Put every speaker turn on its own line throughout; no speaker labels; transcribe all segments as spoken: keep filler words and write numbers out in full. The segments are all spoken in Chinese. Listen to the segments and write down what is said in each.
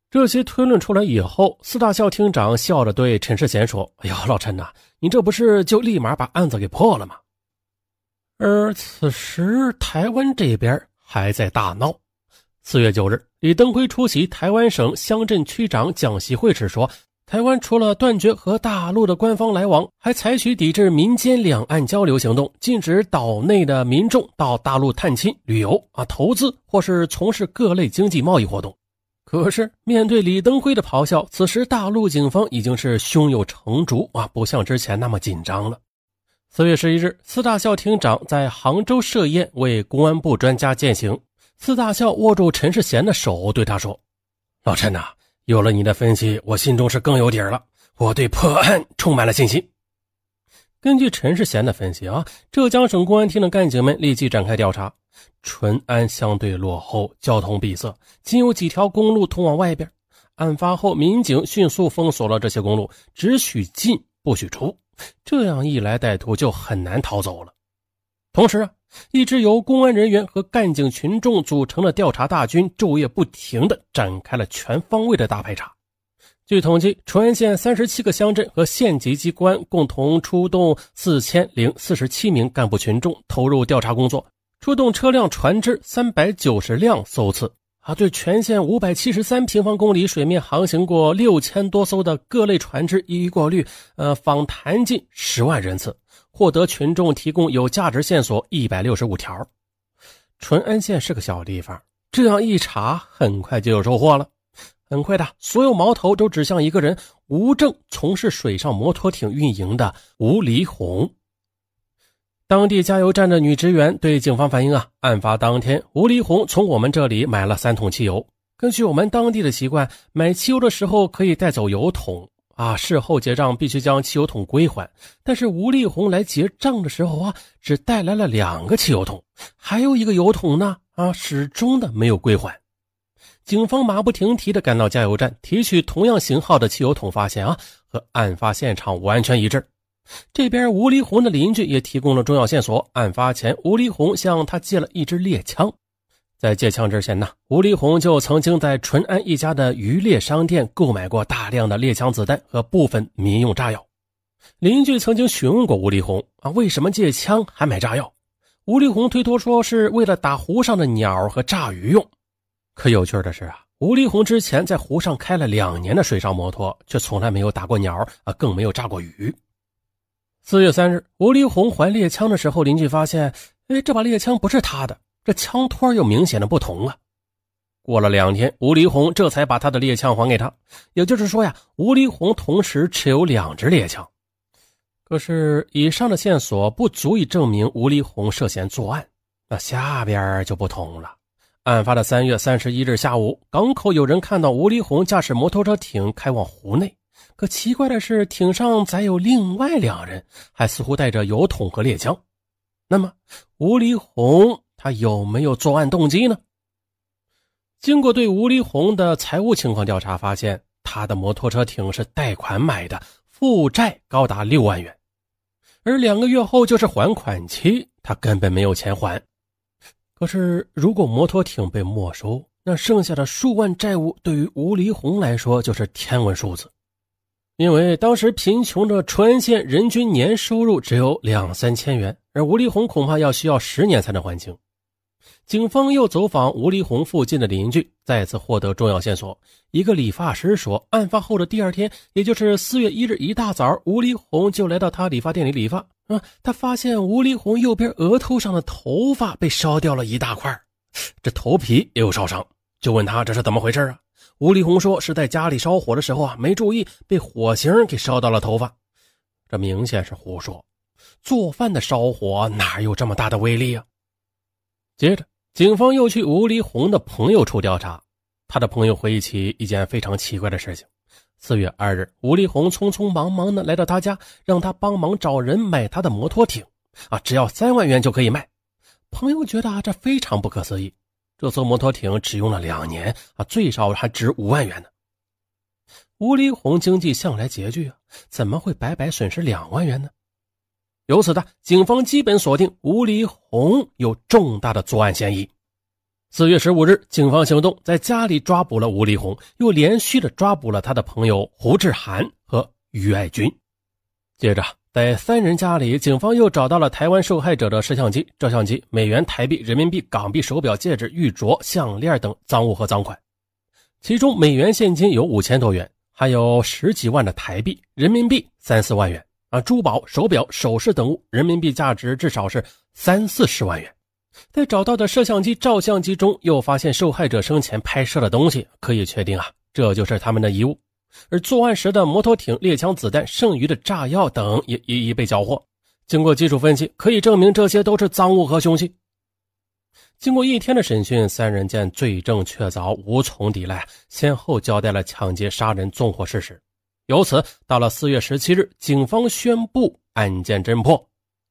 这些推论出来以后，四大校厅长笑着对陈世贤说：哎呀，老陈呐、啊，你这不是就立马把案子给破了吗？而此时台湾这边还在大闹。四月九日，李登辉出席台湾省乡镇区长讲习会时说，台湾除了断绝和大陆的官方来往，还采取抵制民间两岸交流行动，禁止岛内的民众到大陆探亲、旅游啊、投资或是从事各类经济贸易活动。可是面对李登辉的咆哮，此时大陆警方已经是胸有成竹啊，不像之前那么紧张了。四月十一日，四大校厅长在杭州设宴为公安部专家饯行。四大校握住陈世贤的手，对他说：老陈呐、啊，有了你的分析，我心中是更有底儿了，我对破案充满了信心。根据陈世贤的分析啊，浙江省公安厅的干警们立即展开调查。淳安相对落后，交通闭塞，仅有几条公路通往外边。案发后，民警迅速封锁了这些公路，只许进不许出。这样一来，歹徒就很难逃走了。同时啊，一支由公安人员和干警群众组成的调查大军昼夜不停地展开了全方位的大排查。据统计，淳安县三十七个乡镇和县级机关共同出动四千零四十七名干部群众投入调查工作，出动车辆船只三百九十辆搜刺啊，对全县五百七十三平方公里水面航行过六千多艘的各类船只一一过滤，呃，访谈近十万人次，获得群众提供有价值线索一百六十五条。淳安县是个小地方，这样一查很快就有收获了。很快的，所有矛头都指向一个人，无证从事水上摩托艇运营的吴黎红。当地加油站的女职员对警方反映啊，案发当天吴黎红从我们这里买了三桶汽油。根据我们当地的习惯，买汽油的时候可以带走油桶啊，事后结账必须将汽油桶归还。但是吴丽红来结账的时候啊，只带来了两个汽油桶，还有一个油桶呢啊，始终的没有归还。警方马不停蹄地赶到加油站，提取同样型号的汽油桶，发现啊，和案发现场完全一致。这边吴黎红的邻居也提供了重要线索，案发前吴黎红向他借了一支猎枪。在借枪之前呢，吴黎红就曾经在淳安一家的渔猎商店购买过大量的猎枪子弹和部分民用炸药。邻居曾经询问过吴黎红啊，为什么借枪还买炸药？吴黎红推脱说是为了打湖上的鸟和炸鱼用。可有趣的是啊，吴黎红之前在湖上开了两年的水上摩托，却从来没有打过鸟啊，更没有炸过鱼。四月三日，吴黎红还猎枪的时候，邻居发现，哎，这把猎枪不是他的，这枪托有明显的不同啊。过了两天，吴黎红这才把他的猎枪还给他。也就是说呀，吴黎红同时持有两支猎枪。可是以上的线索不足以证明吴黎红涉嫌作案，那下边就不同了。案发的三月三十一日下午，港口有人看到吴黎红驾驶摩托车艇开往湖内。可奇怪的是，艇上载有另外两人，还似乎带着油桶和猎枪。那么吴黎红他有没有作案动机呢？经过对吴黎红的财务情况调查，发现他的摩托车艇是贷款买的，负债高达六万元，而两个月后就是还款期，他根本没有钱还。可是如果摩托艇被没收，那剩下的数万债务对于吴黎红来说就是天文数字。因为当时贫穷的淳安县人均年收入只有两三千元，而吴黎红恐怕要需要十年才能还清。警方又走访吴黎红附近的邻居，再次获得重要线索。一个理发师说，案发后的第二天，也就是四月一日一大早，吴黎红就来到他理发店里理发。啊，他发现吴黎红右边额头上的头发被烧掉了一大块，这头皮也有烧伤，就问他这是怎么回事啊？吴黎红说是在家里烧火的时候啊，没注意被火星给烧到了头发。这明显是胡说，做饭的烧火哪有这么大的威力啊？接着警方又去吴黎红的朋友处调查，他的朋友回忆起一件非常奇怪的事情。四月二日，吴黎红匆匆忙忙的来到他家，让他帮忙找人买他的摩托艇啊，只要三万元就可以卖。朋友觉得啊，这非常不可思议，这艘摩托艇只用了两年啊，最少还值五万元呢。吴黎红经济向来拮据啊，怎么会白白损失两万元呢？由此的，警方基本锁定吴黎红有重大的作案嫌疑。 四月十五日，警方行动，在家里抓捕了吴立红，又连续的抓捕了他的朋友胡志涵和于爱军。接着在三人家里，警方又找到了台湾受害者的摄像机、照相机、美元、台币、人民币、港币、手表、戒指、玉镯、项链等赃物和赃款。其中美元现金有五千多元，还有十几万的台币，人民币三四万元啊，珠宝、手表、首饰等物，人民币价值至少是三四十万元。在找到的摄像机、照相机中，又发现受害者生前拍摄的东西，可以确定啊，这就是他们的遗物。而作案时的摩托艇、猎枪子弹、剩余的炸药等也一一被缴获。经过技术分析，可以证明这些都是赃物和凶器。经过一天的审讯，三人见罪证确凿，无从抵赖，先后交代了抢劫、杀人、纵火事实。由此，到了四月十七日，警方宣布案件侦破。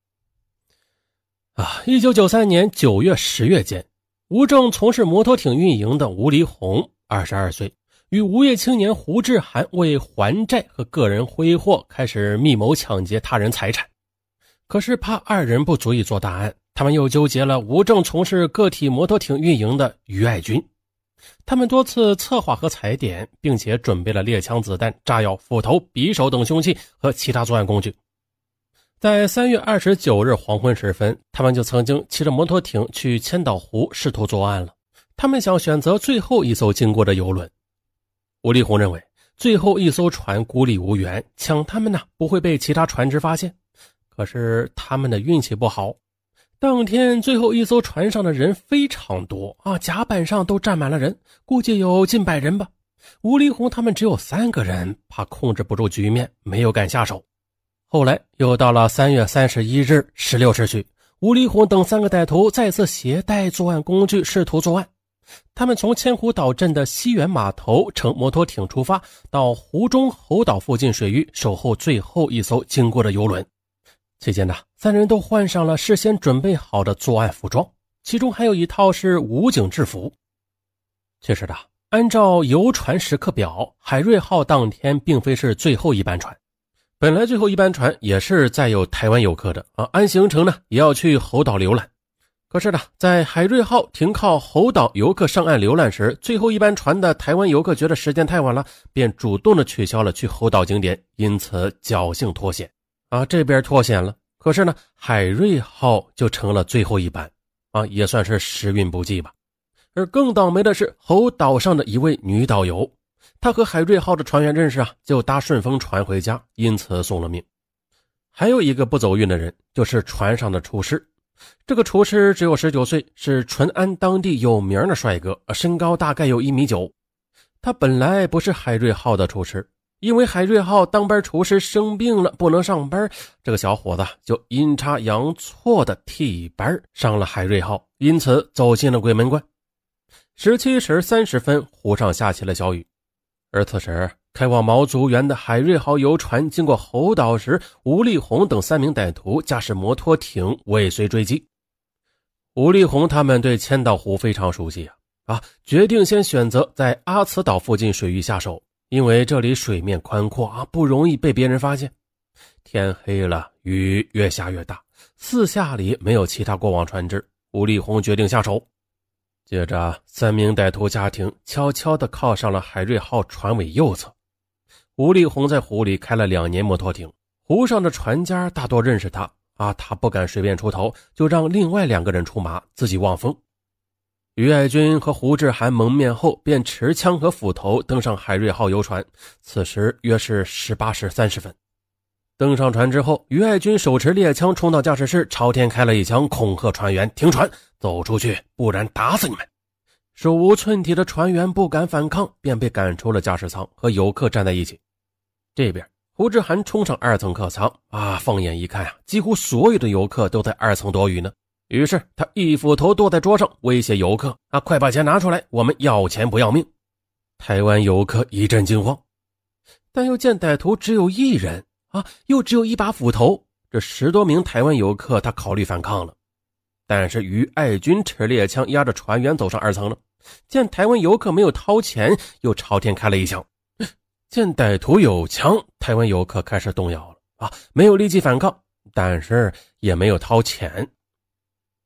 啊，一九九三年九月、十月间，无证从事摩托艇运营的吴立红，二十二岁，与无业青年胡志涵为还债和个人挥霍，开始密谋抢劫他人财产。可是怕二人不足以做大案，他们又纠结了无证从事个体摩托艇运营的于爱军。他们多次策划和踩点，并且准备了猎枪、子弹、炸药、斧头、匕首等凶器和其他作案工具。在三月二十九日黄昏时分，他们就曾经骑着摩托艇去千岛湖试图作案了。他们想选择最后一艘经过的游轮。吴立红认为最后一艘船孤立无援，抢他们呢不会被其他船只发现。可是他们的运气不好，当天最后一艘船上的人非常多啊，甲板上都站满了人，估计有近百人吧。吴立红他们只有三个人，怕控制不住局面，没有敢下手。后来又到了三月三十一日十六时许，吴立红等三个歹徒再次携带作案工具试图作案。他们从千湖岛镇的西园码头乘摩托艇出发，到湖中猴岛附近水域守候最后一艘经过的游轮。期间呢，三人都换上了事先准备好的作案服装，其中还有一套是武警制服。其实的，按照游船时刻表，海瑞号当天并非是最后一班船，本来最后一班船也是载有台湾游客的啊，按行程呢也要去猴岛游览。可是呢，在海瑞号停靠猴岛游客上岸游览时，最后一班船的台湾游客觉得时间太晚了，便主动的取消了去猴岛景点，因此侥幸脱险啊，这边脱险了。可是呢，海瑞号就成了最后一班啊，也算是时运不济吧。而更倒霉的是猴岛上的一位女导游，她和海瑞号的船员认识啊，就搭顺风船回家，因此送了命。还有一个不走运的人，就是船上的厨师。这个厨师只有十九岁，是淳安当地有名的帅哥，身高大概有一米九。他本来不是海瑞号的厨师，因为海瑞号当班厨师生病了不能上班，这个小伙子就阴差阳错的替班上了海瑞号，因此走进了鬼门关。十七时三十分，湖上下起了小雨，而此时开往毛竹园的海瑞号游船经过猴岛时，吴立红等三名歹徒驾驶摩托艇尾随追击。吴立红他们对千岛湖非常熟悉啊，啊，决定先选择在阿慈岛附近水域下手，因为这里水面宽阔啊，不容易被别人发现。天黑了，雨越下越大，四下里没有其他过往船只，吴立红决定下手。接着三名歹徒家庭悄悄地靠上了海瑞号船尾右侧。吴立红在湖里开了两年摩托艇，湖上的船家大多认识他啊，他不敢随便出头，就让另外两个人出马，自己望风。于爱军和胡志涵蒙面后，便持枪和斧头登上海瑞号游船，此时约是十八时三十分。登上船之后，于爱军手持猎枪冲到驾驶室，朝天开了一枪，恐吓船员停船，走出去，不然打死你们。手无寸铁的船员不敢反抗，便被赶出了驾驶舱，和游客站在一起。这边胡志涵冲上二层客舱啊，放眼一看啊，几乎所有的游客都在二层躲雨呢。于是他一斧头剁在桌上，威胁游客啊，快把钱拿出来，我们要钱不要命。台湾游客一阵惊慌，但又见歹徒只有一人啊，又只有一把斧头，这十多名台湾游客他考虑反抗了。但是于爱军持猎枪压着船员走上二层了，见台湾游客没有掏钱，又朝天开了一枪。见歹徒有枪，台湾游客开始动摇了啊，没有立即反抗，但是也没有掏钱。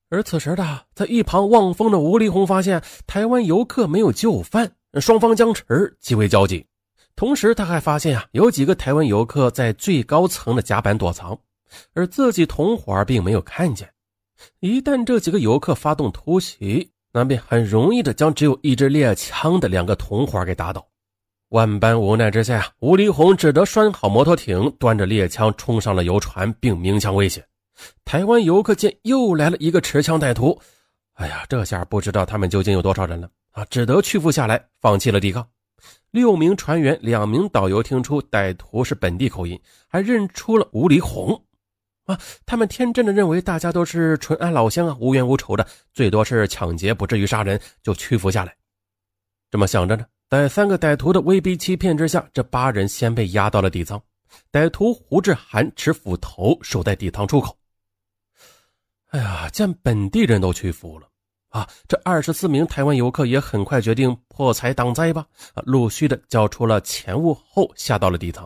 而此时的在一旁望风的吴立红发现台湾游客没有就范，双方僵持，极为焦急。同时他还发现啊，有几个台湾游客在最高层的甲板躲藏，而自己同伙并没有看见。一旦这几个游客发动突袭，那便很容易的将只有一支猎枪的两个同伙给打倒。万般无奈之下，吴立红只得拴好摩托艇，端着猎枪冲上了游船，并鸣枪威胁。台湾游客见又来了一个持枪歹徒，哎呀，这下不知道他们究竟有多少人了啊！只得屈服下来，放弃了抵抗。六名船员、两名导游听出歹徒是本地口音，还认出了吴立红啊！他们天真的认为大家都是纯安老乡啊，无冤无仇的，最多是抢劫，不至于杀人，就屈服下来。这么想着呢，在三个歹徒的威逼欺骗之下，这八人先被押到了底舱。歹徒胡志涵持斧头守在底舱出口。哎呀，见本地人都屈服了啊，这二十四名台湾游客也很快决定破财挡灾吧，啊，陆续的交出了钱物后下到了底舱。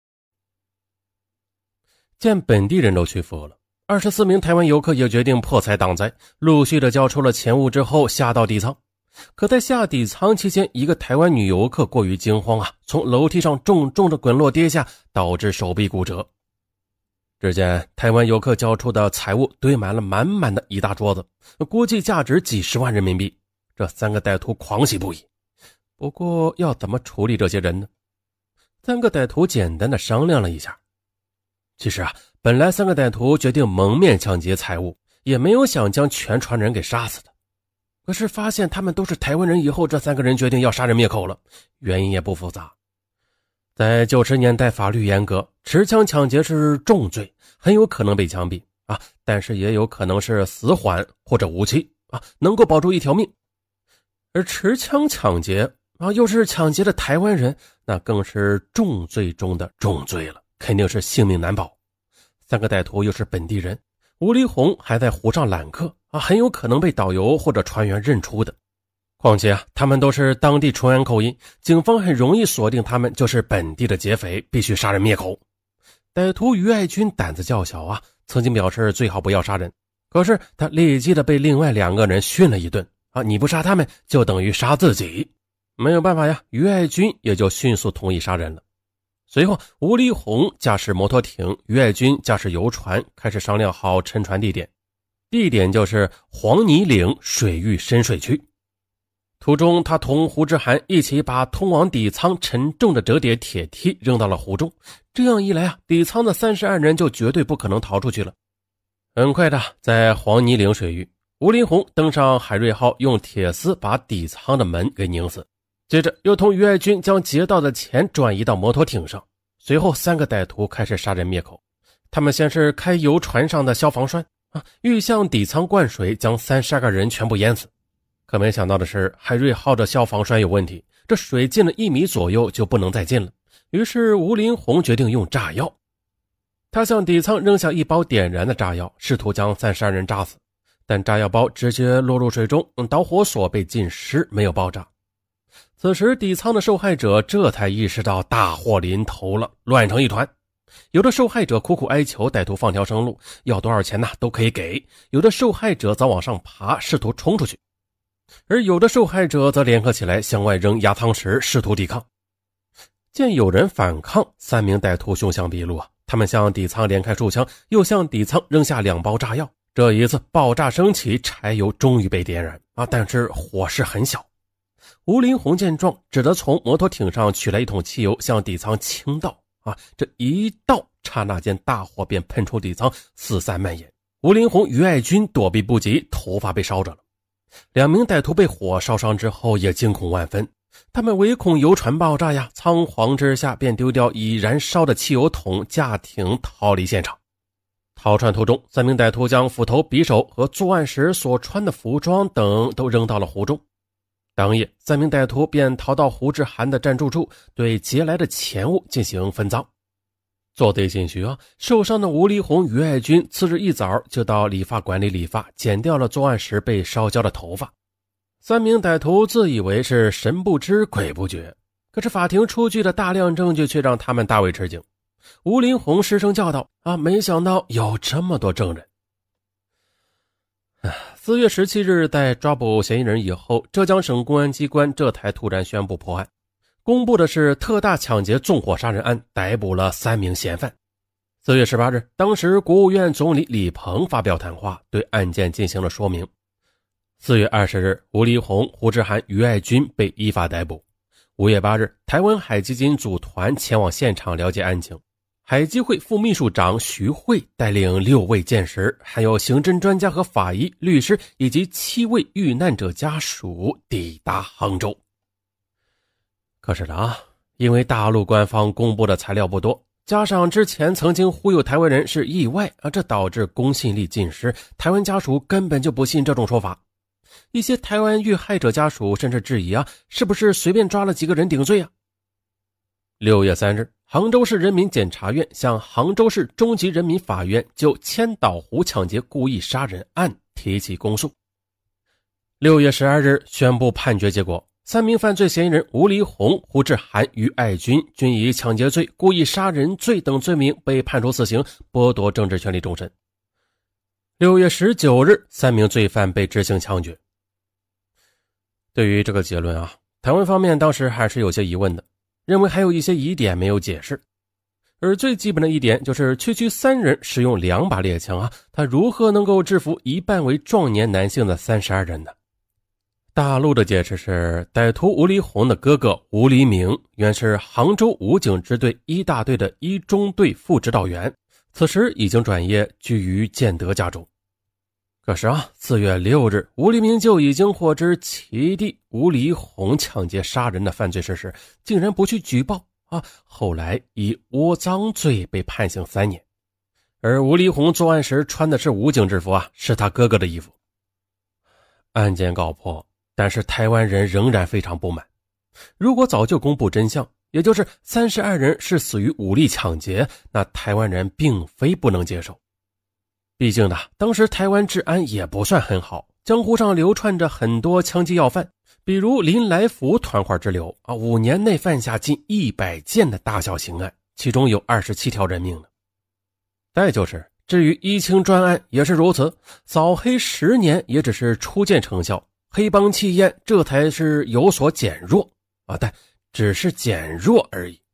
见本地人都屈服了，二十四名台湾游客也决定破财挡灾，陆续的交出了钱物之后下到底舱。可在下底舱期间，一个台湾女游客过于惊慌啊，从楼梯上重重的滚落跌下，导致手臂骨折。只见台湾游客交出的财物堆满了满满的一大桌子，估计价值几十万人民币。这三个歹徒狂喜不已。不过要怎么处理这些人呢？三个歹徒简单的商量了一下。其实啊，本来三个歹徒决定蒙面抢劫财物，也没有想将全船人给杀死的。可是发现他们都是台湾人以后，这三个人决定要杀人灭口了。原因也不复杂。在九十年代法律严格，持枪抢劫是重罪，很有可能被枪毙啊，但是也有可能是死缓或者无期啊，能够保住一条命。而持枪抢劫啊，又是抢劫的台湾人，那更是重罪中的重罪了，肯定是性命难保。三个歹徒又是本地人，吴立红还在湖上揽客啊，很有可能被导游或者船员认出的。况且啊，他们都是当地纯安口音，警方很容易锁定他们就是本地的劫匪，必须杀人灭口。歹徒于爱军胆子较小啊，曾经表示最好不要杀人，可是他立即的被另外两个人训了一顿啊，你不杀他们就等于杀自己。没有办法呀，于爱军也就迅速同意杀人了。随后吴立红驾驶摩托艇，于爱军驾驶游船，开始商量好沉船地点。地点就是黄泥岭水域深水区。途中他同胡志涵一起把通往底舱沉重的折叠铁梯扔到了湖中，这样一来啊，底舱的三十二人就绝对不可能逃出去了。很快的，在黄泥岭水域，吴林红登上海瑞号，用铁丝把底舱的门给拧死，接着又同于爱军将劫到的钱转移到摩托艇上。随后三个歹徒开始杀人灭口。他们先是开游船上的消防栓啊，欲向底舱灌水，将三十二个人全部淹死。可没想到的是，海瑞号的消防栓有问题，这水进了一米左右就不能再进了。于是吴林红决定用炸药。他向底舱扔下一包点燃的炸药，试图将三十二人炸死，但炸药包直接落入水中，导火索被浸湿，没有爆炸。此时底舱的受害者这才意识到大祸临头了，乱成一团。有的受害者苦苦哀求歹徒放条生路，要多少钱呢都可以给，有的受害者早往上爬，试图冲出去，而有的受害者则联合起来向外扔压舱石，试图抵抗。见有人反抗，三名歹徒凶相毕露啊！他们向底舱连开数枪，又向底舱扔下两包炸药。这一次爆炸升起，柴油终于被点燃啊！但是火势很小。吴林红见状，只得从摩托艇上取来一桶汽油，向底舱倾倒啊！这一倒，刹那间大火便喷出底舱，四散蔓延。吴林红、于爱军躲避不及，头发被烧着了。两名歹徒被火烧伤之后也惊恐万分，他们唯恐游船爆炸呀，仓皇之下便丢掉已燃烧的汽油桶，驾艇逃离现场。逃窜途中，三名歹徒将斧头、匕首和作案时所穿的服装等都扔到了湖中。当夜，三名歹徒便逃到胡志涵的暂住处，对劫来的钱物进行分赃。做贼心虚啊，受伤的吴立红、于爱军次日一早就到理发馆里理发，剪掉了作案时被烧焦的头发。三名歹徒自以为是神不知鬼不觉，可是法庭出具的大量证据却让他们大为吃惊。吴林红失声叫道：啊，没想到有这么多证人。 四月十七日，在抓捕嫌疑人以后，浙江省公安机关这才突然宣布破案，公布的是特大抢劫纵火杀人案，逮捕了三名嫌犯。四月十八日，当时国务院总理李鹏发表谈话，对案件进行了说明。四月二十日，吴黎红、胡志涵、于爱军被依法逮捕。五月八日，台湾海基金组团前往现场了解案情。海基会副秘书长徐慧带领六位鉴识，还有刑侦专家和法医、律师以及七位遇难者家属抵达杭州。可是啊，因为大陆官方公布的材料不多，加上之前曾经忽悠台湾人是意外啊，这导致公信力尽失，台湾家属根本就不信这种说法。一些台湾遇害者家属甚至质疑啊，是不是随便抓了几个人顶罪啊？六月三日，杭州市人民检察院向杭州市中级人民法院就千岛湖抢劫故意杀人案提起公诉。六月十二日宣布判决结果，三名犯罪嫌疑人吴黎红、胡志涵、于爱军均以抢劫罪、故意杀人罪等罪名被判处死刑，剥夺政治权利终身。六月十九日，三名罪犯被执行枪决。对于这个结论啊，台湾方面当时还是有些疑问的，认为还有一些疑点没有解释。而最基本的一点就是区区三人使用两把猎枪啊，他如何能够制服一半为壮年男性的三十二人呢？大陆的解释是，歹徒吴黎红的哥哥吴黎明原是杭州武警支队一大队的一中队副指导员，此时已经转业居于建德家中。可是啊，四月六日，吴黎明就已经获知其弟吴黎红抢劫杀人的犯罪事实，竟然不去举报啊！后来以窝赃罪被判刑三年。而吴黎红作案时穿的是武警制服啊，是他哥哥的衣服。案件告破，但是台湾人仍然非常不满。如果早就公布真相，也就是三十二人是死于武力抢劫，那台湾人并非不能接受。毕竟呢，当时台湾治安也不算很好，江湖上流传着很多枪击要犯，比如林来福团伙之流啊，五年内犯下近一百件的大小刑案，其中有二十七条人命呢。再就是至于一清专案也是如此，扫黑十年也只是初见成效，黑帮气焰这才是有所减弱啊，但只是减弱而已。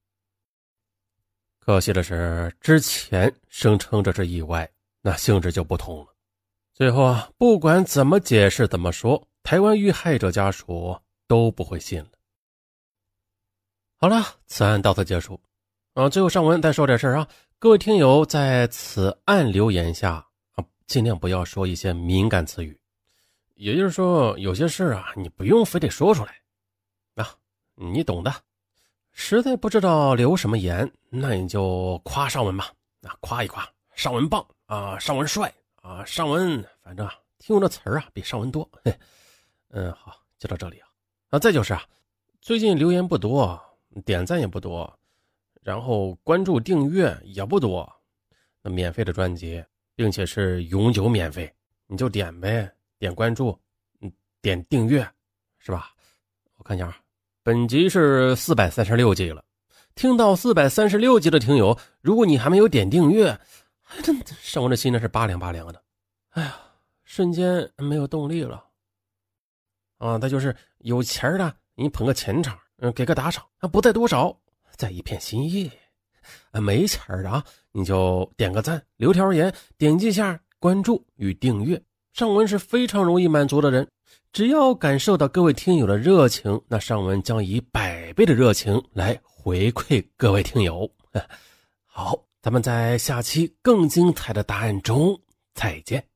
可惜的是，之前声称这是意外，那性质就不同了。最后啊，不管怎么解释怎么说，台湾遇害者家属都不会信了。好了，此案到此结束啊。最后上文再说点事啊，各位听友在此案留言下啊，尽量不要说一些敏感词语，也就是说有些事啊，你不用非得说出来啊，你懂的。实在不知道留什么言，那你就夸上文吧，啊，夸一夸上文棒啊，上文帅啊，上文反正听用的词儿啊比上文多。嘿，嗯，好，就到这里啊。啊，再就是啊，最近留言不多，点赞也不多，然后关注订阅也不多。那免费的专辑，并且是永久免费，你就点呗，点关注，点订阅，是吧？我看一下啊，本集是四百三十六集了。听到四百三十六集的听友，如果你还没有点订阅，真的上文的心呢是拔凉拔凉的。哎呀，瞬间没有动力了啊！那就是有钱的你捧个钱场，嗯，给个打赏啊，不在多少，在一片心意。啊，没钱的啊，你就点个赞，留条言，点击一下关注与订阅。上文是非常容易满足的人，只要感受到各位听友的热情，那上文将以百倍的热情来回馈各位听友。好，咱们在下期更精彩的答案中再见。